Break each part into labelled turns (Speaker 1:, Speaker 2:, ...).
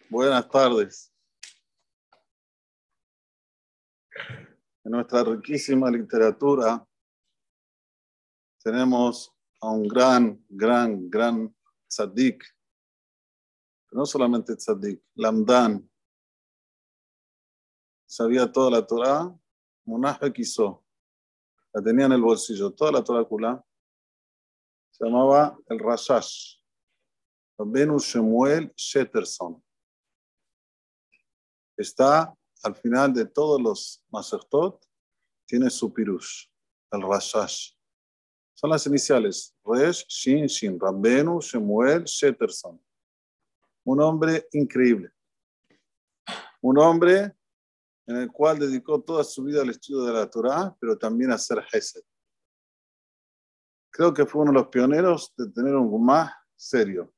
Speaker 1: Buenas tardes. En nuestra riquísima literatura tenemos a un gran tzaddik. Pero no solamente tzaddik, lamdan. Sabía toda la Torá, Munaj quiso. La tenía en el bolsillo, toda la Torá Kulá. Se llamaba el Rashash. Rabbeinu Shemuel Shetterson. Está al final de todos los Masechtot, tiene su pirush, el Rashash. Son las iniciales, Resh, Shin, Shin, Rabbeinu Shemuel Shetterson. Un hombre increíble. Un hombre en el cual dedicó toda su vida al estudio de la Torá, pero también a hacer Hesed. Creo que fue uno de los pioneros de tener un Gumá serio.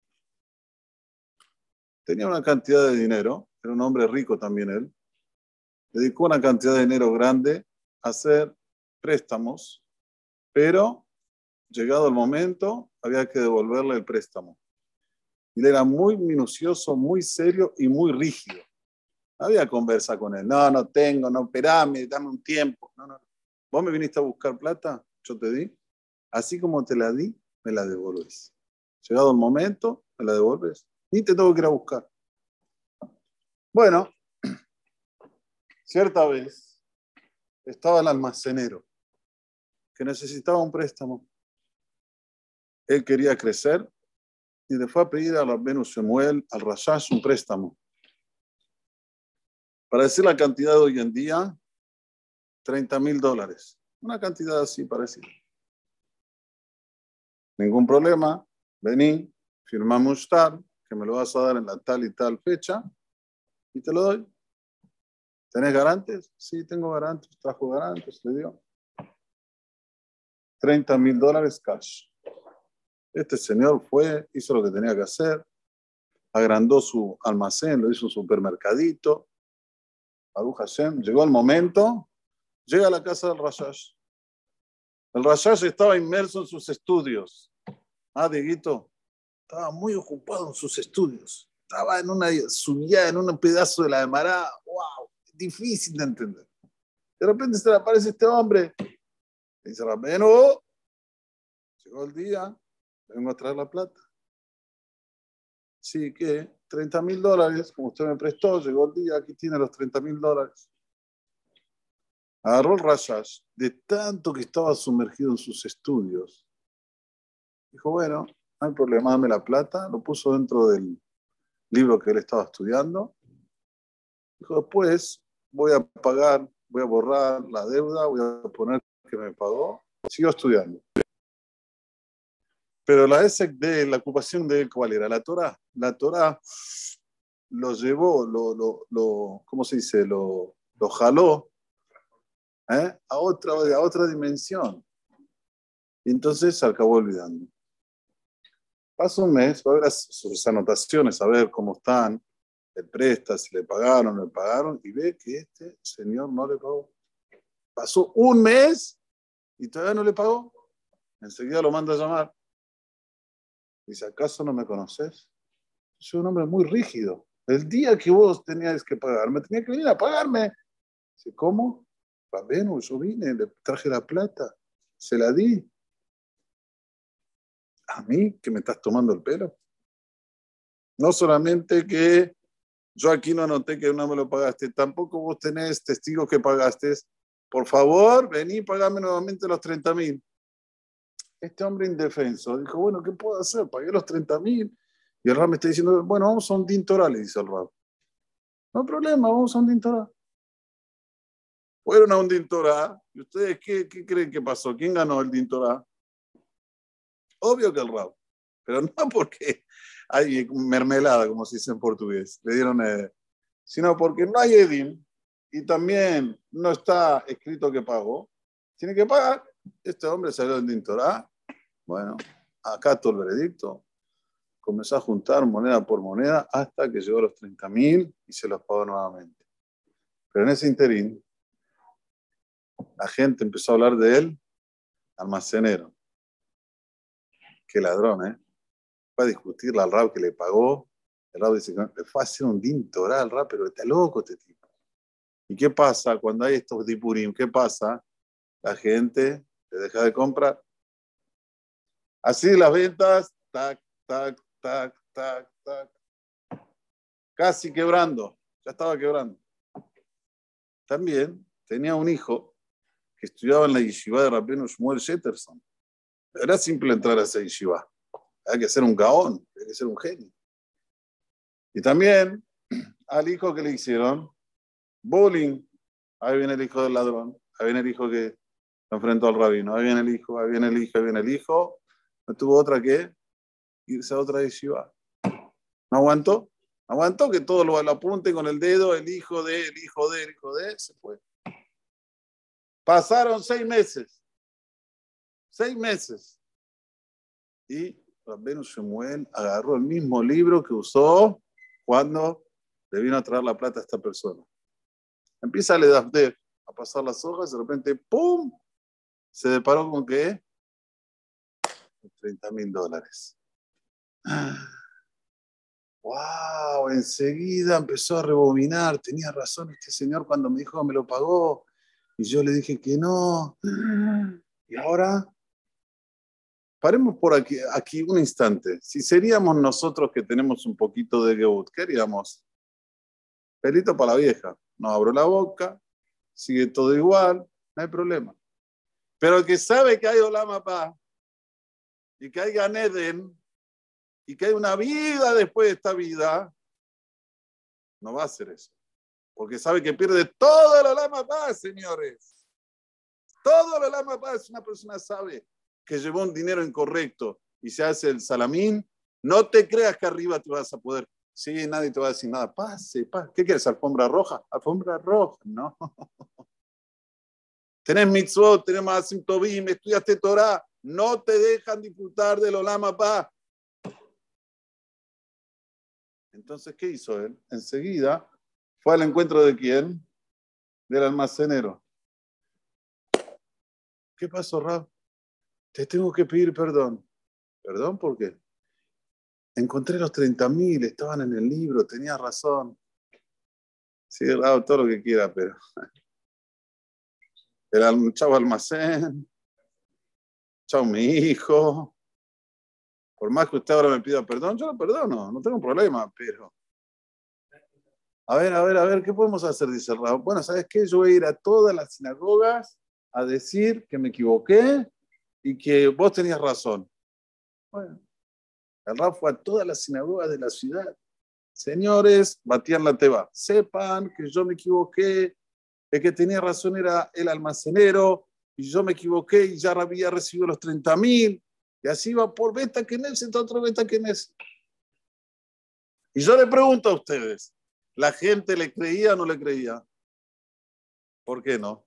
Speaker 1: Tenía una cantidad de dinero, era un hombre rico también él. Dedicó una cantidad de dinero grande a hacer préstamos, pero llegado el momento había que devolverle el préstamo. Y él era muy minucioso, muy serio y muy rígido. No había conversa con él. No tengo, no, esperame, dame un tiempo. No. Vos me viniste a buscar plata, yo te di. Así como te la di, me la devolves. Llegado el momento, me la devolves. Ni te tengo que ir a buscar. Bueno, cierta vez estaba el almacenero que necesitaba un préstamo. Él quería crecer y le fue a pedir a Rabbeinu Shemuel, al Rashash, un préstamo. Para decir la cantidad de hoy en día, $30,000. Una cantidad así parecida. Ningún problema. Vení, firmamos shtar, que me lo vas a dar en la tal y tal fecha, y te lo doy. ¿Tenés garantes? Sí, tengo garantes. Trajo garantes, le dio. $30,000 cash. Este señor fue, hizo lo que tenía que hacer, agrandó su almacén, lo hizo un supermercadito. Baruch Hashem, llegó el momento, llega a la casa del Rashash. El Rashash estaba inmerso en sus estudios. Dieguito, estaba muy ocupado en sus estudios. Estaba subía en un pedazo de la Gemara. ¡Wow! Difícil de entender. De repente se le aparece este hombre. Le dice, Rabbeinu, llegó el día, vengo a traer la plata. Sí, ¿qué? $30,000, como usted me prestó, llegó el día, aquí tiene los $30,000. Agarró el Rashash, de tanto que estaba sumergido en sus estudios. Dijo, bueno, no hay problema, dame la plata. Lo puso dentro del libro que él estaba estudiando. Dijo, después voy a pagar, voy a borrar la deuda, voy a poner que me pagó. Siguió estudiando. Pero la ESEC de la ocupación de él, ¿cuál era? La Torá. La Torá lo llevó, ¿cómo se dice? Lo jaló a otra dimensión. Y entonces se acabó olvidando. Pasa un mes, va a ver sus anotaciones, a ver cómo están, le presta, si le pagaron, no le pagaron, y ve que este señor no le pagó. Pasó un mes y todavía no le pagó. Enseguida lo manda a llamar. Dice, ¿acaso no me conoces? Soy un hombre muy rígido. El día que vos tenías que pagarme, tenía que venir a pagarme. Dice, ¿cómo? Rabbeinu, yo vine, le traje la plata, se la di. ¿A mí que me estás tomando el pelo? No solamente que yo aquí no anoté que no me lo pagaste, tampoco vos tenés testigos que pagaste. Por favor, vení y pagame nuevamente los 30,000. Este hombre indefenso dijo, bueno, ¿qué puedo hacer? Pagué los 30,000. Y el Rab me está diciendo, bueno, vamos a un Din Torah, le dice el Rab. No hay problema, vamos a un Din Torah. Fueron a un Din Torah. ¿Y ustedes qué creen que pasó? ¿Quién ganó el Din Torah? Obvio que el Rab. Pero no porque hay mermelada, como se dice en portugués. Le dieron, sino porque no hay Edin y también no está escrito que pagó. Tiene que pagar. Este hombre salió del Din Torah. Bueno, acató el veredicto. Comenzó a juntar moneda por moneda hasta que llegó a los 30,000 y se los pagó nuevamente. Pero en ese interín, la gente empezó a hablar de él, almacenero. Qué ladrón, ¿eh? Fue a discutirle al Rab que le pagó. El Rab dice, le fue a hacer un din Torah al Rab, pero está loco este tipo. ¿Y qué pasa cuando hay estos dipurim? ¿Qué pasa? La gente te deja de comprar. Así las ventas, tac, tac, tac, tac, tac. Casi quebrando. Ya estaba quebrando. También tenía un hijo que estudiaba en la yeshiva de Rabbeinu Shmuel Shetterson. Era simple entrar a esa yeshiva. Hay que ser un gaón, hay que ser un genio. Y también al hijo que le hicieron bullying. Ahí viene el hijo del ladrón. Ahí viene el hijo que se enfrentó al rabino. Ahí viene el hijo, ahí viene el hijo, ahí viene el hijo. No tuvo otra que irse a otra yeshiva. No aguantó. Aguantó que todo lo apunten con el dedo, el hijo de, el hijo de, el hijo de, se fue. Pasaron 6 meses. 6 meses. Y Rabbeinu Shemuel agarró el mismo libro que usó cuando le vino a traer la plata a esta persona. Empieza a pasar las hojas, de repente, ¡pum! Se deparó con ¿qué? $30,000. ¡Wow! Enseguida empezó a rebobinar. Tenía razón este señor cuando me dijo que me lo pagó. Y yo le dije que no. Y ahora, paremos por aquí un instante. Si seríamos nosotros que tenemos un poquito de Geut, ¿qué haríamos? Pelito para la vieja. No abro la boca, sigue todo igual, no hay problema. Pero el que sabe que hay Olam Haba y que hay Gan Eden y que hay una vida después de esta vida, no va a hacer eso. Porque sabe que pierde todo el Olam Haba, señores. Todo el Olam Haba. Es una persona sabe que llevó un dinero incorrecto y se hace el salamín. No te creas que arriba te vas a poder. Sí, nadie te va a decir nada. Pase. ¿Qué quieres? ¿Alfombra roja? Alfombra roja, no. Tenés mitzvot, tenés Maasim Tovim, estudiaste Torah, no te dejan disfrutar del Olam Haba. Entonces, ¿qué hizo él? Enseguida fue al encuentro de quién? Del almacenero. ¿Qué pasó, Rab? Te tengo que pedir perdón. ¿Perdón por qué? Encontré los 30,000, estaban en el libro, tenía razón. Sí, Rab, todo lo que quiera, pero el chavo almacén, chao mi hijo. Por más que usted ahora me pida perdón, yo lo perdono, no tengo problema, pero... A ver, ¿qué podemos hacer? Dice el Rab. Bueno, ¿sabes qué? Yo voy a ir a todas las sinagogas a decir que me equivoqué y que vos tenías razón. Bueno, el Rab fue a todas las sinagogas de la ciudad. Señores, batían la teba. Sepan que yo me equivoqué, el que tenía razón era el almacenero y yo me equivoqué y ya había recibido los 30,000. Y así va por Beta Knesset, otro Beta Knesset. Y yo le pregunto a ustedes, ¿la gente le creía o no le creía? ¿Por qué no?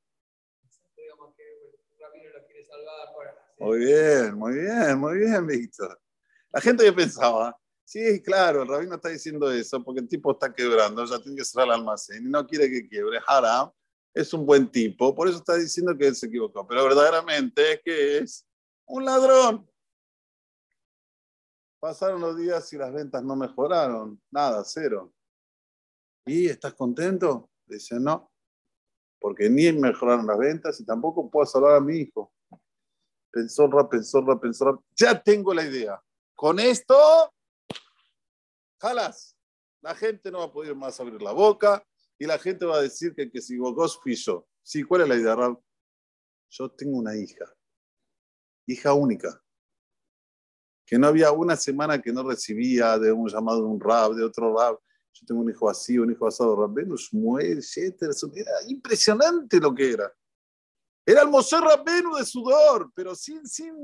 Speaker 1: Muy bien, Víctor. La gente que pensaba, sí, claro, el rabino está diciendo eso porque el tipo está quebrando, ya tiene que cerrar el almacén y no quiere que quiebre. Haram es un buen tipo, por eso está diciendo que él se equivocó, pero verdaderamente es que es un ladrón. Pasaron los días y las ventas no mejoraron, nada, cero. ¿Y estás contento? Dice, no, porque ni mejoraron las ventas y tampoco puedo salvar a mi hijo. Pensó, ya tengo la idea. Con esto, jalas. La gente no va a poder más abrir la boca y la gente va a decir que el que se equivocó fui yo. Sí, ¿cuál es la idea, Rab? Yo tengo una hija única, que no había una semana que no recibía de un llamado de un Rab, de otro Rab. Yo tengo un hijo así, un hijo asado, Rabbeinu Shmuel Shetterson. Era impresionante lo que era. Era el Moshe Rabbeinu de sudor, pero sin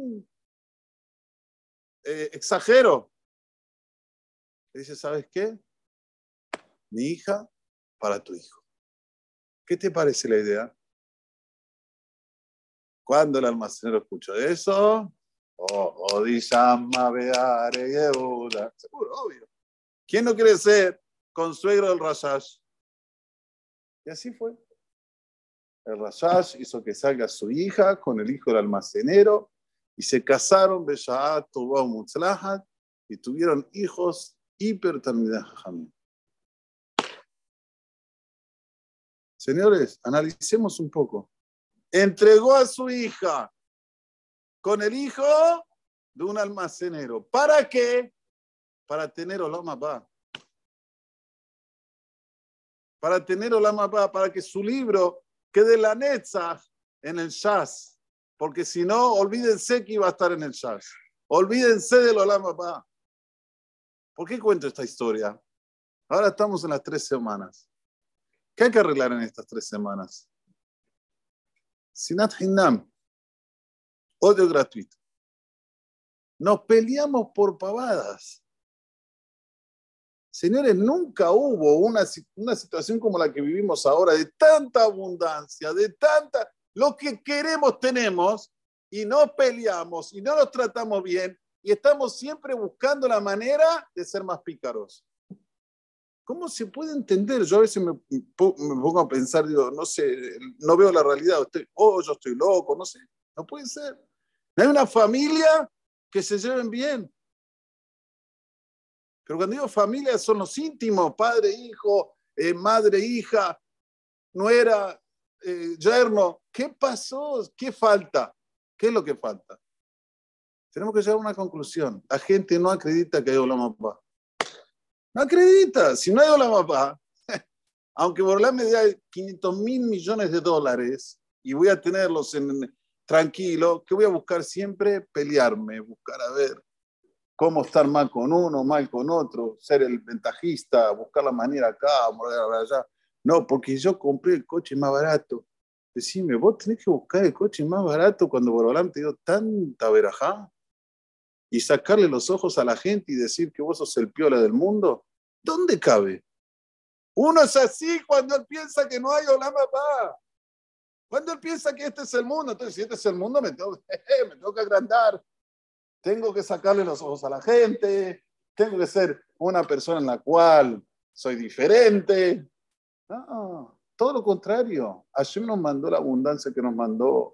Speaker 1: exagero. Le dice, ¿sabes qué? Mi hija para tu hijo. ¿Qué te parece la idea? Cuando el almacenero escuchó eso, seguro, obvio. ¿Quién no quiere ser consuegro del Rashash? Y así fue. El Rashash hizo que salga su hija con el hijo del almacenero y se casaron, y tuvieron hijos hiper Talmidei Jajamim. Señores, analicemos un poco. Entregó a su hija con el hijo de un almacenero. ¿Para qué? Para tener Olam Haba. Para tener Olam Haba, para que su libro quede la Netzach en el Shas. Porque si no, olvídense que iba a estar en el Shas. Olvídense del Olam Haba. ¿Por qué cuento esta historia? Ahora estamos en las 3 semanas. ¿Qué hay que arreglar en estas 3 semanas? Sinat Hinam. Odio gratuito. Nos peleamos por pavadas. Señores, nunca hubo una situación como la que vivimos ahora, de tanta abundancia, de tanta... Lo que queremos tenemos y no peleamos y no nos tratamos bien y estamos siempre buscando la manera de ser más pícaros. ¿Cómo se puede entender? Yo a veces me pongo a pensar, digo, no sé, no veo la realidad, yo estoy loco, no sé, no puede ser. No hay una familia que se lleven bien. Pero cuando digo familia son los íntimos, padre, hijo, madre, hija, nuera, yerno. ¿Qué pasó? ¿Qué falta? ¿Qué es lo que falta? Tenemos que llegar a una conclusión. La gente no acredita que hay Olam Haba. No acredita. Si no hay Olam Haba, aunque Borolán me dé 500 mil millones de dólares y voy a tenerlos tranquilo, que voy a buscar siempre pelearme, buscar a ver cómo estar mal con uno, mal con otro, ser el ventajista, buscar la manera acá, mover allá. No, porque yo compré el coche más barato. Decime, vos tenés que buscar el coche más barato cuando Borolán te dio tanta verajá y sacarle los ojos a la gente y decir que vos sos el piola del mundo. ¿Dónde cabe? Uno es así cuando él piensa que no hay Olam Haba. Cuando él piensa que este es el mundo, entonces si este es el mundo me tengo que agrandar. Tengo que sacarle los ojos a la gente, tengo que ser una persona en la cual soy diferente. No, todo lo contrario. Hashem nos mandó la abundancia que nos mandó.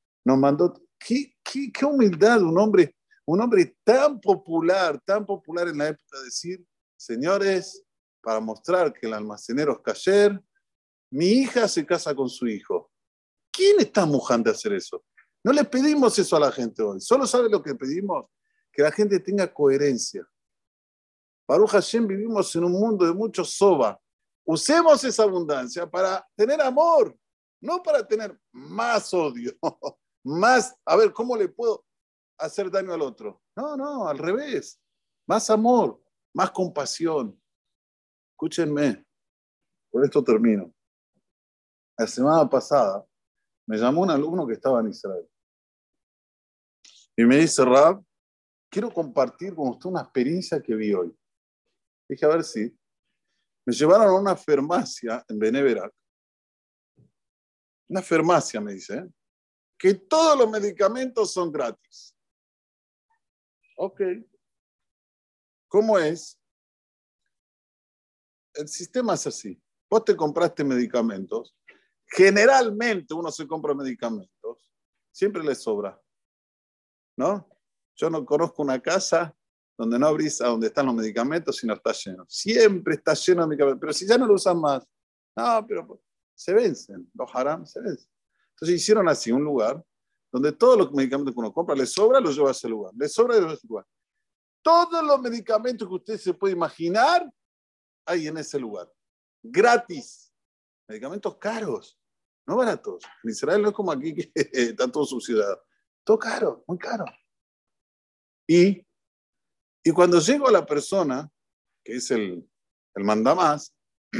Speaker 1: Qué humildad, un hombre tan popular en la época, decir, señores, para mostrar que el almacenero es kasher, mi hija se casa con su hijo. ¿Quién está mojando a hacer eso? No le pedimos eso a la gente hoy. Solo sabe lo que pedimos, que la gente tenga coherencia. Baruch Hashem, vivimos en un mundo de mucho soba. Usemos esa abundancia para tener amor, no para tener más odio, más, a ver, ¿cómo le puedo hacer daño al otro? No, al revés. Más amor, más compasión. Escúchenme, por esto termino. La semana pasada me llamó un alumno que estaba en Israel. Y me dice, Rab, quiero compartir con usted una experiencia que vi hoy. Dije, a ver si. Me llevaron a una farmacia en Beneverac. Una farmacia, me dice, que todos los medicamentos son gratis. Ok. ¿Cómo es? El sistema es así. Vos te compraste medicamentos. Generalmente uno se compra medicamentos. Siempre le sobra. ¿No? Yo no conozco una casa donde no abrís a donde están los medicamentos, sino está lleno. Siempre está lleno de medicamentos. Pero si ya no lo usan más, no, pero se vencen. Los haram se vencen. Entonces hicieron así un lugar donde todos los medicamentos que uno compra le sobra, los lleva a ese lugar. Le sobra, los lleva a ese lugar. Todos los medicamentos que usted se puede imaginar hay en ese lugar. Gratis. Medicamentos caros, no baratos. En Israel no es como aquí que está todo subsidiado. Todo caro, muy caro. Y cuando llego a la persona, que es el mandamás,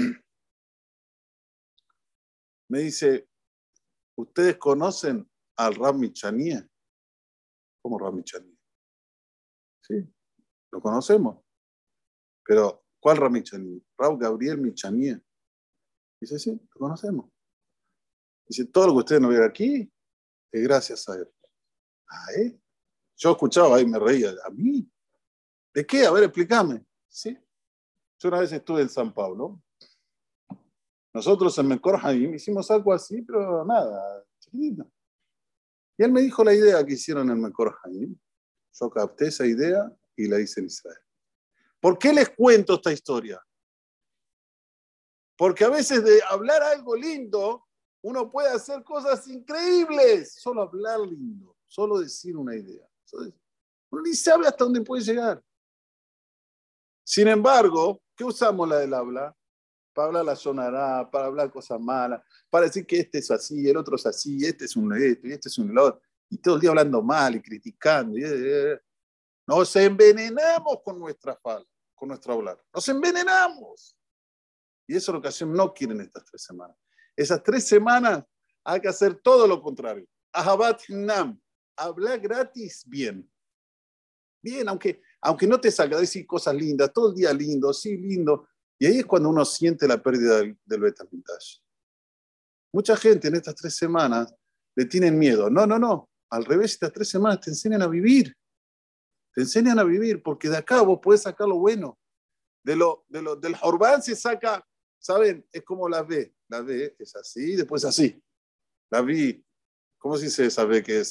Speaker 1: me dice, ¿ustedes conocen al Rab Michanie? ¿Cómo Rab Michanie? Sí, lo conocemos. Pero, ¿cuál Rab Michanie? Rab Gabriel Michanie. Dice, sí, lo conocemos. Dice, todo lo que ustedes no ven aquí es gracias a él. ¿Eh? Yo escuchaba y me reía. ¿A mí? ¿De qué? A ver, explícame. Sí. Yo una vez estuve en San Pablo. Nosotros en Mekor Haim hicimos algo así, pero nada, chiquitito. Y él me dijo la idea que hicieron en Mekor Haim. Yo capté esa idea y la hice en Israel. ¿Por qué les cuento esta historia? Porque a veces de hablar algo lindo, uno puede hacer cosas increíbles. Solo hablar lindo, solo decir una idea. Uno ni sabe hasta dónde puede llegar. Sin embargo, ¿qué usamos la del habla? Para hablar la sonará, para hablar cosas malas, para decir que este es así, el otro es así, este es un esto y este es un lo otro. Y todo el día hablando mal y criticando. Nos envenenamos con nuestra fala, con nuestro hablar. Nos envenenamos. Y eso es lo que Hashem no quiere en estas 3 semanas. Esas 3 semanas hay que hacer todo lo contrario. Ahabat Hinam. Hablar gratis, bien. Bien, aunque no te salga a decir cosas lindas, todo el día lindo, sí, lindo. Y ahí es cuando uno siente la pérdida del Beit HaMikdash. Mucha gente en estas 3 semanas le tienen miedo. No. Al revés, estas 3 semanas te enseñan a vivir. Te enseñan a vivir, porque de acá vos podés sacar lo bueno. Del Jorbán se saca, ¿saben? Es como la B. La B es así, después así. La B, ¿cómo se dice esa B que es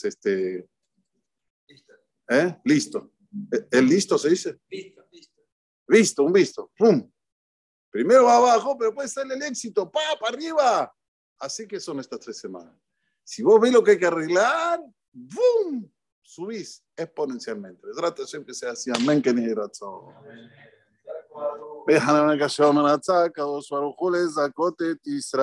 Speaker 1: Listo. ¿El listo se dice? Visto, un visto. ¡Pum! Primero va abajo, pero después sale el éxito. ¡Pa! ¡Para arriba! Así que son estas 3 semanas. Si vos ves lo que hay que arreglar, ¡bum! Subís exponencialmente. Trata siempre que sea así. Amén, que ni razón. Vejan a una ocasión, Manatzá, Kadosh Baruj Hu, Zakote, Tisra.